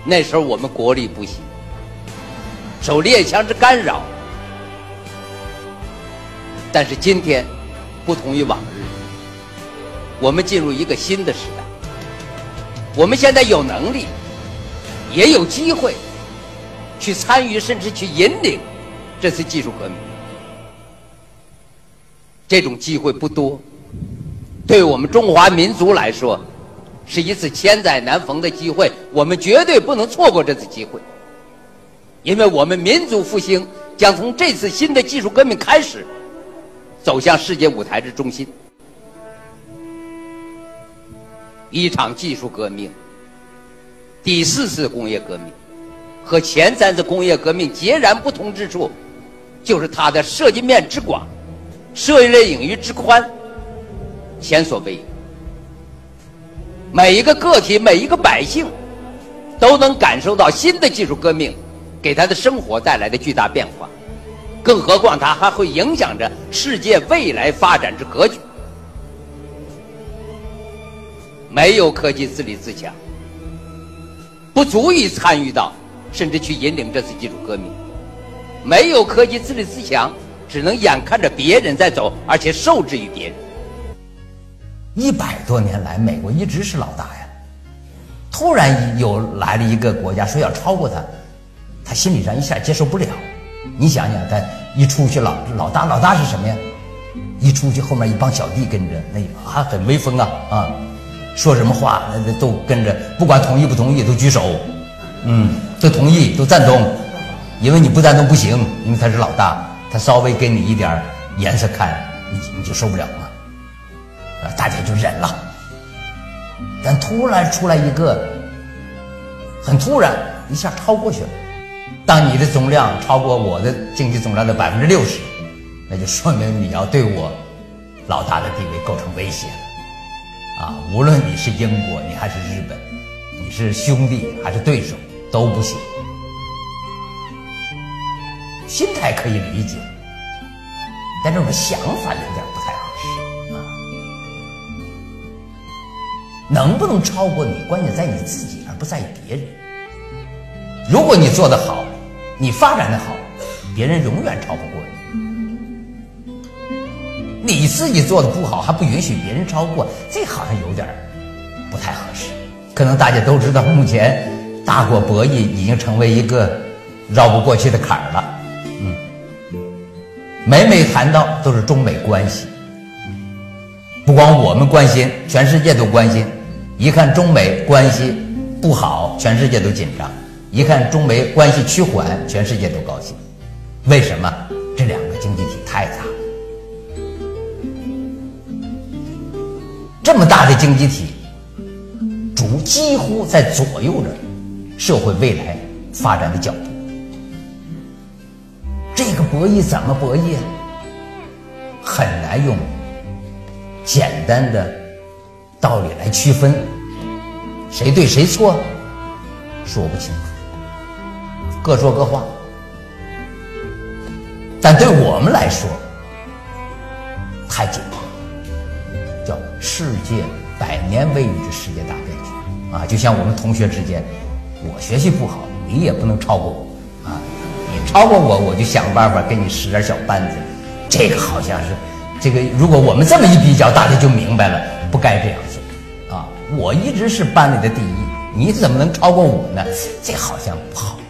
那时候我们国力不行，受列强之干扰。但是今天不同于往日，我们进入一个新的时代，我们现在有能力也有机会去参与甚至去引领这次技术革命。这种机会不多，对我们中华民族来说是一次千载难逢的机会，我们绝对不能错过这次机会，因为我们民族复兴将从这次新的技术革命开始走向世界舞台之中心。一场技术革命，第4次工业革命和前3次工业革命截然不同之处，就是它的涉及面之广，涉猎领域之宽，前所未有。每一个个体，每一个百姓都能感受到新的技术革命给他的生活带来的巨大变化，更何况它还会影响着世界未来发展之格局。没有科技自立自强，不足以参与到甚至去引领这次技术革命。没有科技自立自强，只能眼看着别人在走，而且受制于别人。 100多年来，美国一直是老大呀。突然又来了一个国家说要超过他，他心理上一下接受不了。你想想，他一出去老大是什么呀？一出去后面一帮小弟跟着，那很威风啊！说什么话那都跟着，不管同意不同意都举手，都同意都赞同，因为你不赞同不行，因为他是老大，他稍微给你一点颜色看，你就受不了嘛。大家就忍了。但突然出来一个，很突然一下超过去了。当你的总量超过我的经济总量的60%，那就说明你要对我老大的地位构成威胁了。无论你是英国，你还是日本，你是兄弟还是对手都不行。心态可以理解，但这种想法有点不太合适。能不能超过你，关键在你自己，而不在于别人。如果你做得好，你发展得好，别人永远超不过你。你自己做得不好，还不允许别人超过，这好像有点不太合适。可能大家都知道，目前大国博弈已经成为一个绕不过去的坎儿了。每谈到都是中美关系，不光我们关心，全世界都关心。一看中美关系不好，全世界都紧张；一看中美关系趋缓，全世界都高兴。为什么？这两个经济体太大了。这么大的经济体，几乎在左右着社会未来发展的脚步。这个博弈怎么博弈？很难用简单的道理来区分，谁对谁错说不清楚，各说各话。但对我们来说太紧张，叫世界100年未遇之世界大变局。就像我们同学之间，我学习不好，你也不能超过我你超过我，我就想办法给你使点小绊子。这个好像是这个，如果我们这么一比较，大家就明白了，不该这样做我一直是班里的第一，你怎么能超过我呢？这好像不好。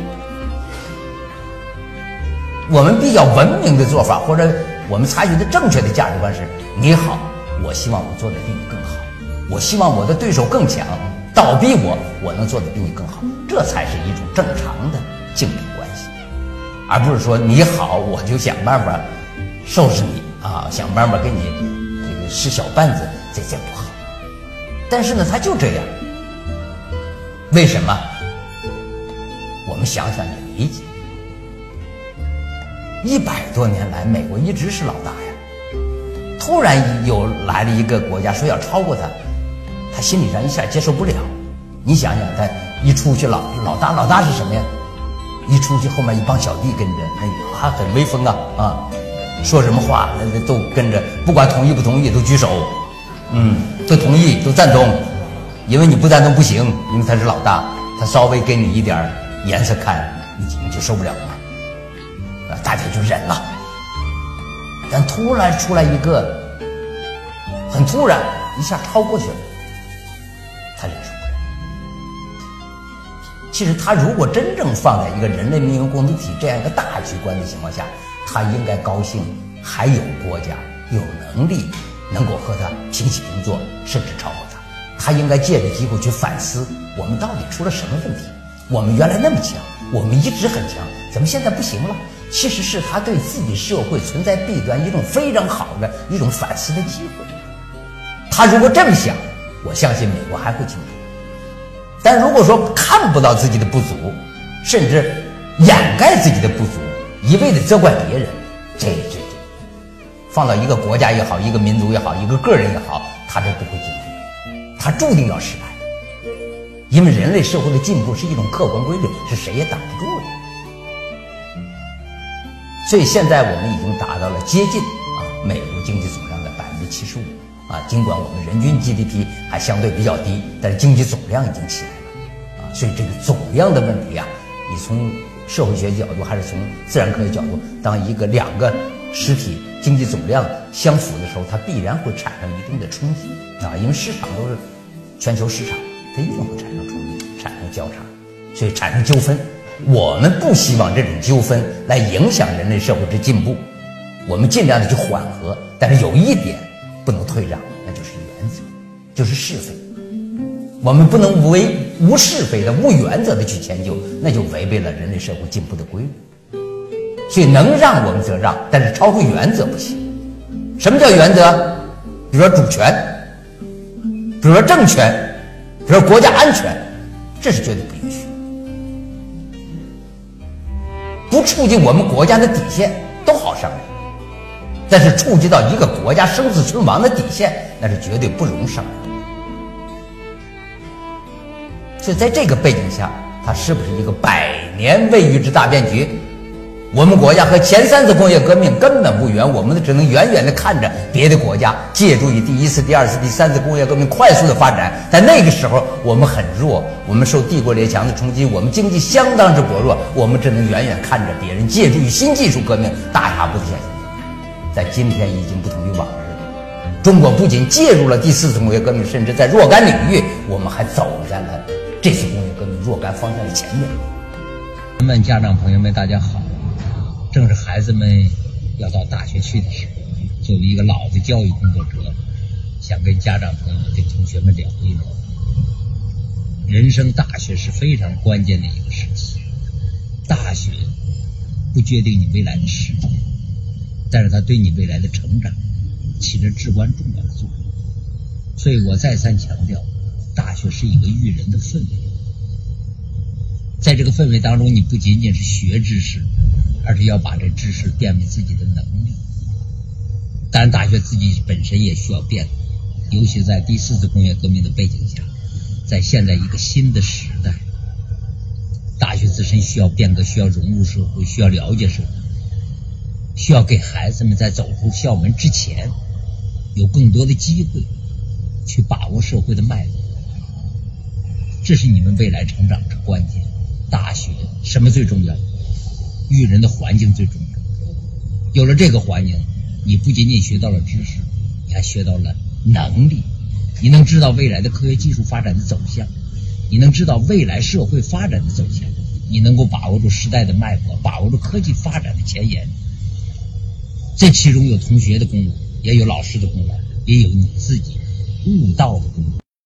我们比较文明的做法，或者我们采取的正确的价值观是：你好，我希望我做的比你更好，我希望我的对手更强，倒逼我能做的比你更好，这才是一种正常的竞争关系，而不是说你好我就想办法收拾你想办法给你这个使小绊子，这不好。但是呢，他就这样，为什么？我们想想也理解。100多年来，美国一直是老大呀。突然又来了一个国家说要超过他，他心理上一下接受不了。你想想，他一出去老大是什么呀？一出去后面一帮小弟跟着，那很威风说什么话那都跟着，不管同意不同意都举手，都同意都赞同，因为你不赞同不行，因为他是老大， 他稍微给你一点颜色看，你就受不了吗？大家就忍了。但突然出来一个，很突然一下超过去了，他忍受不了。其实他如果真正放在一个人类命运共同体这样一个大局观的情况下，他应该高兴，还有国家有能力能够和他平起平坐，甚至超过他。他应该借着机会去反思，我们到底出了什么问题？我们原来那么强，我们一直很强，怎么现在不行了？其实是他对自己社会存在弊端一种非常好的一种反思的机会。他如果这么想，我相信美国还会进步。但如果说看不到自己的不足，甚至掩盖自己的不足，一味的责怪别人，这放到一个国家也好，一个民族也好，一个个人也好，他这不会进步，他注定要失败。因为人类社会的进步是一种客观规律，是谁也挡不住的。所以现在我们已经达到了接近美国经济总量的75%尽管我们人均 GDP 还相对比较低，但是经济总量已经起来了所以这个总量的问题你从社会学角度还是从自然科学角度，当两个实体经济总量相符的时候，它必然会产生一定的冲击因为市场都是全球市场，它一定会产生冲击，产生交叉，所以产生纠纷。我们不希望这种纠纷来影响人类社会之进步，我们尽量的去缓和，但是有一点不能退让，那就是原则，就是是非。我们不能无是非的、无原则的去迁就，那就违背了人类社会进步的规律。所以能让我们则让，但是超出原则不行。什么叫原则？比如说主权，比如说政权，比如说国家安全，这是绝对不允许。不触及我们国家的底线都好商量，但是触及到一个国家生死存亡的底线，那是绝对不容商量。所以在这个背景下，它是不是一个100年未遇之大变局？我们国家和前3次工业革命根本不远，我们只能远远地看着别的国家借助于第1次、第2次、第3次工业革命快速的发展，但那个时候我们很弱，我们受帝国列强的冲击，我们经济相当之薄弱，我们只能远远看着别人借助于新技术革命大踏步地向前走。在今天已经不同于往日，中国不仅介入了第4次工业革命，甚至在若干领域我们还走在了这次工业革命若干方向的前面。 家长朋友们大家好，正是孩子们要到大学去的时候，作为一个老的教育工作者，想跟家长朋友们、跟同学们聊一聊。人生大学是非常关键的一个时期，大学不决定你未来的世界，但是它对你未来的成长起着至关重要的作用。所以我再三强调，大学是一个育人的氛围。在这个氛围当中，你不仅仅是学知识，而是要把这知识变为自己的能力。当然大学自己本身也需要变，尤其在第4次工业革命的背景下，在现在一个新的时代，大学自身需要变革，需要融入社会，需要了解社会，需要给孩子们在走出校门之前有更多的机会去把握社会的脉络。这是你们未来成长之关键。大学什么最重要？育人的环境最重要。有了这个环境，你不仅仅学到了知识，你还学到了能力。你能知道未来的科学技术发展的走向，你能知道未来社会发展的走向，你能够把握住时代的脉搏，把握住科技发展的前沿。这其中有同学的功劳，也有老师的功劳，也有你自己悟道的功劳。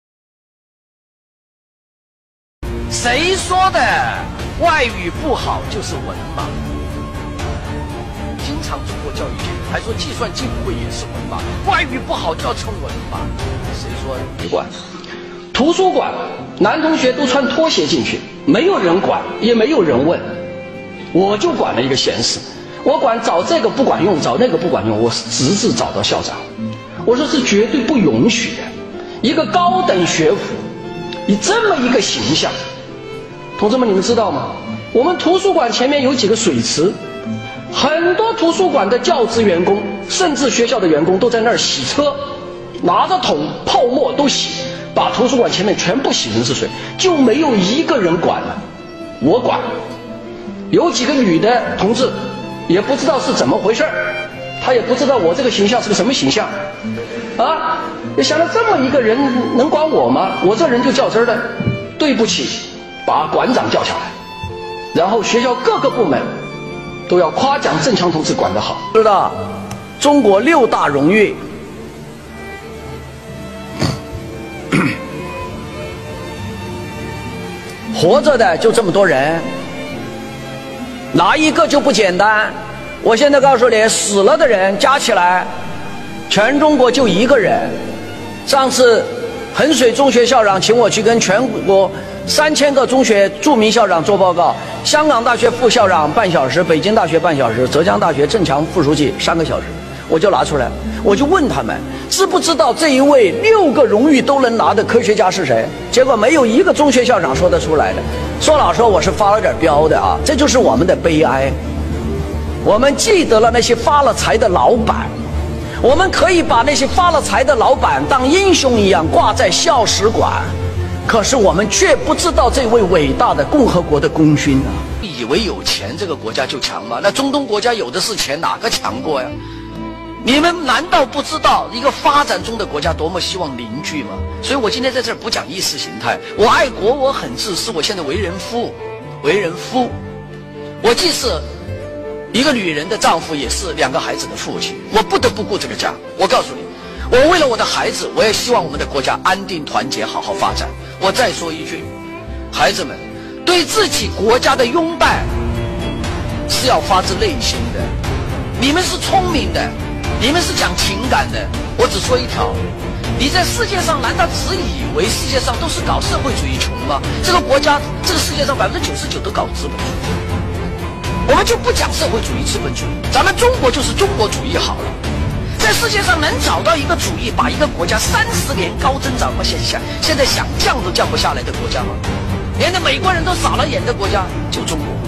谁说的外语不好就是文盲？经常中国教育界还说计算机不会也是文盲，外语不好就要称文盲，谁说的？ 你管？图书馆男同学都穿拖鞋进去，没有人管，也没有人问，我就管了一个闲事。我管找这个不管用，找那个不管用，我直至找到校长，我说是绝对不允许的。一个高等学府以这么一个形象，同志们，你们知道吗？我们图书馆前面有几个水池，很多图书馆的教职员工，甚至学校的员工都在那儿洗车，拿着桶泡沫都洗， 把图书馆前面全部洗成是水，就没有一个人管了，我管。有几个女的同志也不知道是怎么回事儿，她也不知道我这个形象是个什么形象啊！你想到这么一个人能管我吗？我这人就较真儿的，对不起，把馆长叫下来，然后学校各个部门都要夸奖郑强同志管得好。知道中国6大荣誉，活着的就这么多人，哪一个就不简单？我现在告诉你，死了的人加起来，全中国就1个人。上次衡水中学校长请我去跟全国3000个中学著名校长做报告，香港大学副校长半小时，北京大学半小时，浙江大学郑强副书记3个小时，我就拿出来，我就问他们知不知道这一位6个荣誉都能拿的科学家是谁？结果没有一个中学校长说得出来的。说老实话，我是发了点飙的啊，这就是我们的悲哀。我们记得了那些发了财的老板，我们可以把那些发了财的老板当英雄一样挂在校史馆，可是我们却不知道这位伟大的共和国的功勋啊！以为有钱这个国家就强吗？那中东国家有的是钱，哪个强过呀？你们难道不知道一个发展中的国家多么希望邻居吗？所以我今天在这儿不讲意识形态，我爱国，我很自私，我现在为人夫，我既是一个女人的丈夫，也是2个孩子的父亲，我不得不顾这个家。我告诉你，我为了我的孩子，我也希望我们的国家安定团结，好好发展。我再说一句，孩子们对自己国家的拥戴是要发自内心的。你们是聪明的，你们是讲情感的。我只说一条，你在世界上难道只以为世界上都是搞社会主义穷吗？这个国家，这个世界上99%都搞资本主义。我们就不讲社会主义、资本主义，咱们中国就是中国主义好了。在世界上能找到一个主义把一个国家30年高增长，现在想降都降不下来的国家吗？连那美国人都傻了眼的国家就中国。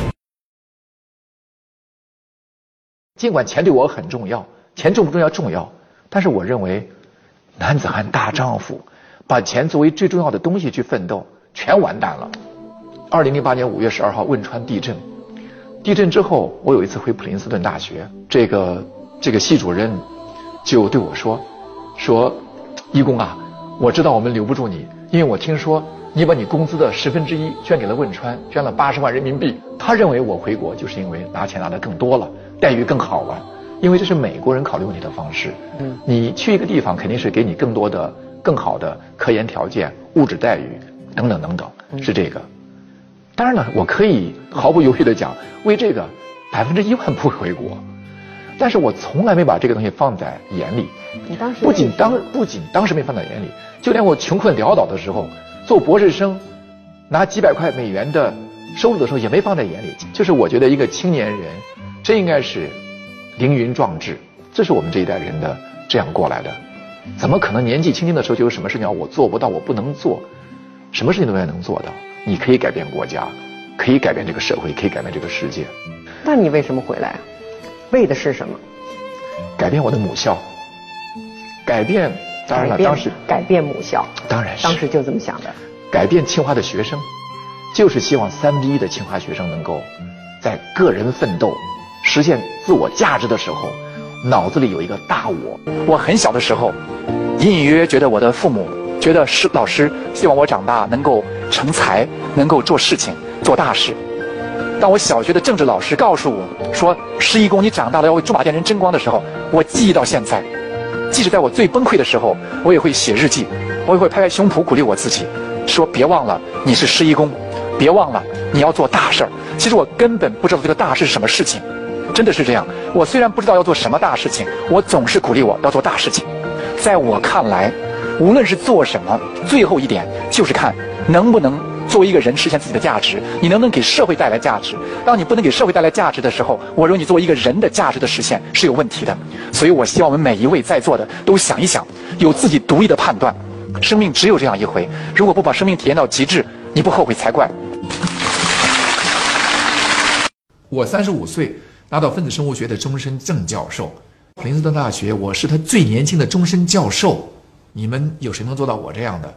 尽管钱对我很重要，钱重不重要重要，但是我认为男子汉大丈夫把钱作为最重要的东西去奋斗，全完蛋了。2008年5月12号汶川地震，地震之后，我有一次回普林斯顿大学，这个系主任就对我说，一公啊，我知道我们留不住你，因为我听说你把你工资的1/10捐给了汶川，捐了80万人民币。他认为我回国就是因为拿钱拿得更多了，待遇更好了，因为这是美国人考虑问题的方式。你去一个地方肯定是给你更多的、更好的科研条件、物质待遇等等等等，是这个。当然了，我可以毫不犹豫地讲，为这个10000%不会回国，但是我从来没把这个东西放在眼里。 你当时不仅当时没放在眼里，就连我穷困潦倒的时候，做博士生拿几百块美元的收入的时候也没放在眼里。就是我觉得一个青年人真应该是凌云壮志，这是我们这一代人的这样过来的。怎么可能年纪轻轻的时候就有什么事情我做不到，我不能做？什么事情都能做到。你可以改变国家，可以改变这个社会，可以改变这个世界。 那你为什么回来？为的是什么？ 改变我的母校。改变，当然了，当时改变母校， 当然是当时就这么想的。 改变清华的学生，就是希望1/3的清华学生能够在个人奋斗、实现自我价值的时候，脑子里有一个大我。 我很小的时候，隐隐约约觉得我的父母觉得是老师希望我长大能够成才，能够做事情，做大事。当我小学的政治老师告诉我说施一公你长大了要为驻马店人争光的时候，我记忆到现在。即使在我最崩溃的时候，我也会写日记，我也会拍拍胸脯鼓励我自己，说别忘了你是施一公，别忘了你要做大事儿。其实我根本不知道这个大事是什么事情，真的是这样。我虽然不知道要做什么大事情，我总是鼓励我要做大事情。在我看来，无论是做什么，最后一点就是看能不能作为一个人实现自己的价值，你能不能给社会带来价值。当你不能给社会带来价值的时候，我认为你作为一个人的价值的实现是有问题的。所以我希望我们每一位在座的都想一想，有自己独立的判断。生命只有这样一回，如果不把生命体验到极致，你不后悔才怪。 我35岁拿到分子生物学的终身正教授，普林斯顿大学我是他最年轻的终身教授。你们有谁能做到我这样的？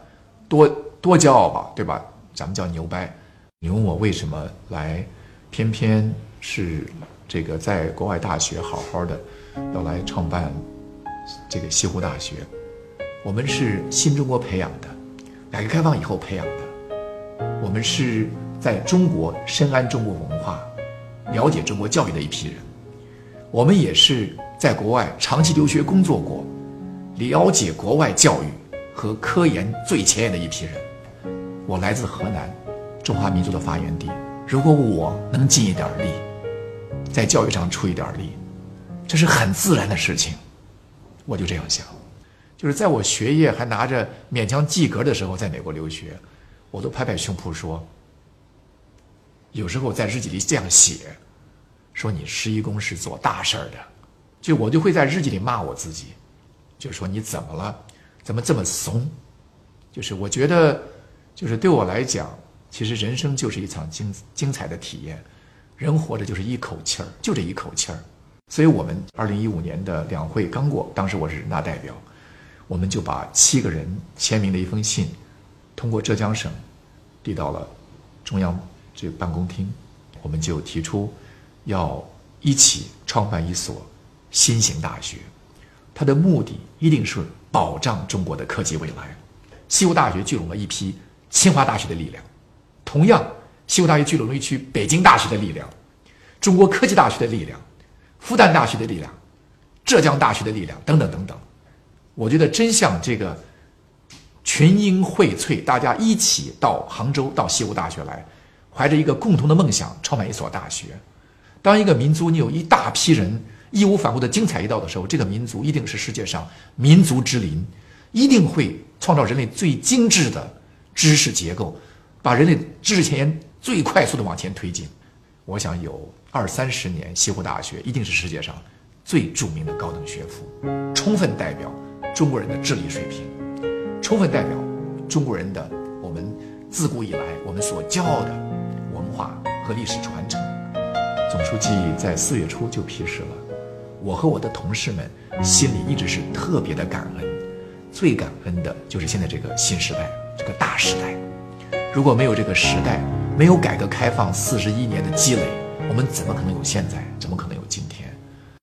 多骄傲吧，对吧？咱们叫牛掰。你问我为什么来，偏偏是这个在国外大学好好的，要来创办这个西湖大学。我们是新中国培养的，改革开放以后培养的，我们是在中国深谙中国文化，了解中国教育的一批人。我们也是在国外长期留学工作过，了解国外教育和科研最前沿的一批人。我来自河南，中华民族的发源地。如果我能尽一点力，在教育上出一点力，这是很自然的事情。我就这样想，就是在我学业还拿着勉强及格的时候，在美国留学，我都拍拍胸脯说，有时候在日记里这样写，说你施一公是做大事的，我就会在日记里骂我自己，就说你怎么了，怎么这么怂？就是我觉得，就是对我来讲，其实人生就是一场精彩的体验，人活着就是一口气儿，就这一口气儿。所以我们2015年的两会刚过，当时我是人大代表，我们就把7个人签名的一封信，通过浙江省递到了中央这个办公厅，我们就提出要一起创办一所新型大学，它的目的一定是保障中国的科技未来。西湖大学聚拢了一批清华大学的力量，同样西湖大学聚拢了一批北京大学的力量，中国科技大学的力量，复旦大学的力量，浙江大学的力量，等等等等。我觉得真像这个群英荟萃，大家一起到杭州，到西湖大学来，怀着一个共同的梦想，创办一所大学。当一个民族你有一大批人义无反顾的精彩一道的时候，这个民族一定是世界上民族之林，一定会创造人类最精致的知识结构，把人类知识前沿最快速的往前推进。我想有20-30年，西湖大学一定是世界上最著名的高等学府，充分代表中国人的智力水平，充分代表中国人的我们自古以来我们所骄傲的文化和历史传承。总书记在4月初就批示了，我和我的同事们心里一直是特别的感恩，最感恩的就是现在这个新时代，这个大时代。如果没有这个时代，没有改革开放41年的积累，我们怎么可能有现在？怎么可能有今天？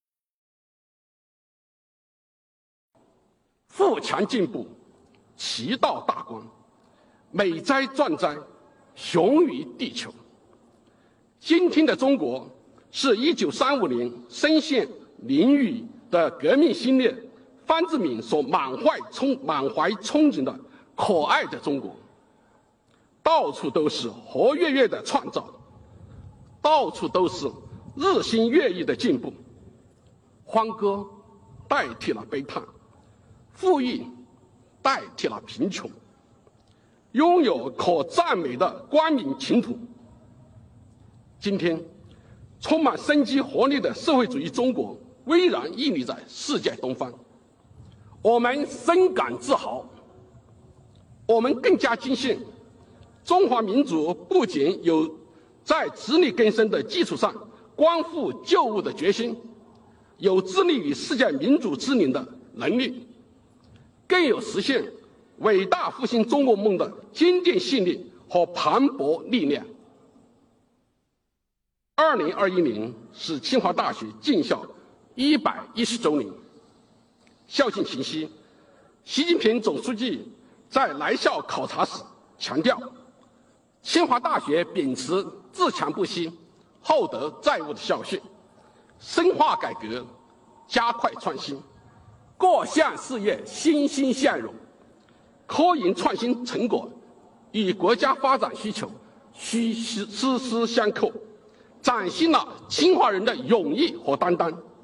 富强进步，其道大观，美哉壮哉，雄于地球。今天的中国是1935年身陷囹圄的革命新烈方志敏所满怀憧憬的可爱的中国。到处都是活跃跃的创造，到处都是日新月异的进步。欢歌代替了悲叹，富裕代替了贫穷，拥有可赞美的光明前途。今天，充满生机活力的社会主义中国巍然屹立在世界东方，我们深感自豪。我们更加坚信，中华民族不仅有在自力更生的基础上光复旧物的决心，有致力于世界民主之林的能力，更有实现伟大复兴中国梦的坚定信力和磅礴力量。2021年是清华大学建校110周年。校庆前夕，习近平总书记在来校考察时强调，清华大学秉持自强不息、厚德载物的校训，深化改革，加快创新，各项事业欣欣向荣，科研创新成果与国家发展需求息息相扣，展现了清华人的勇毅和担当。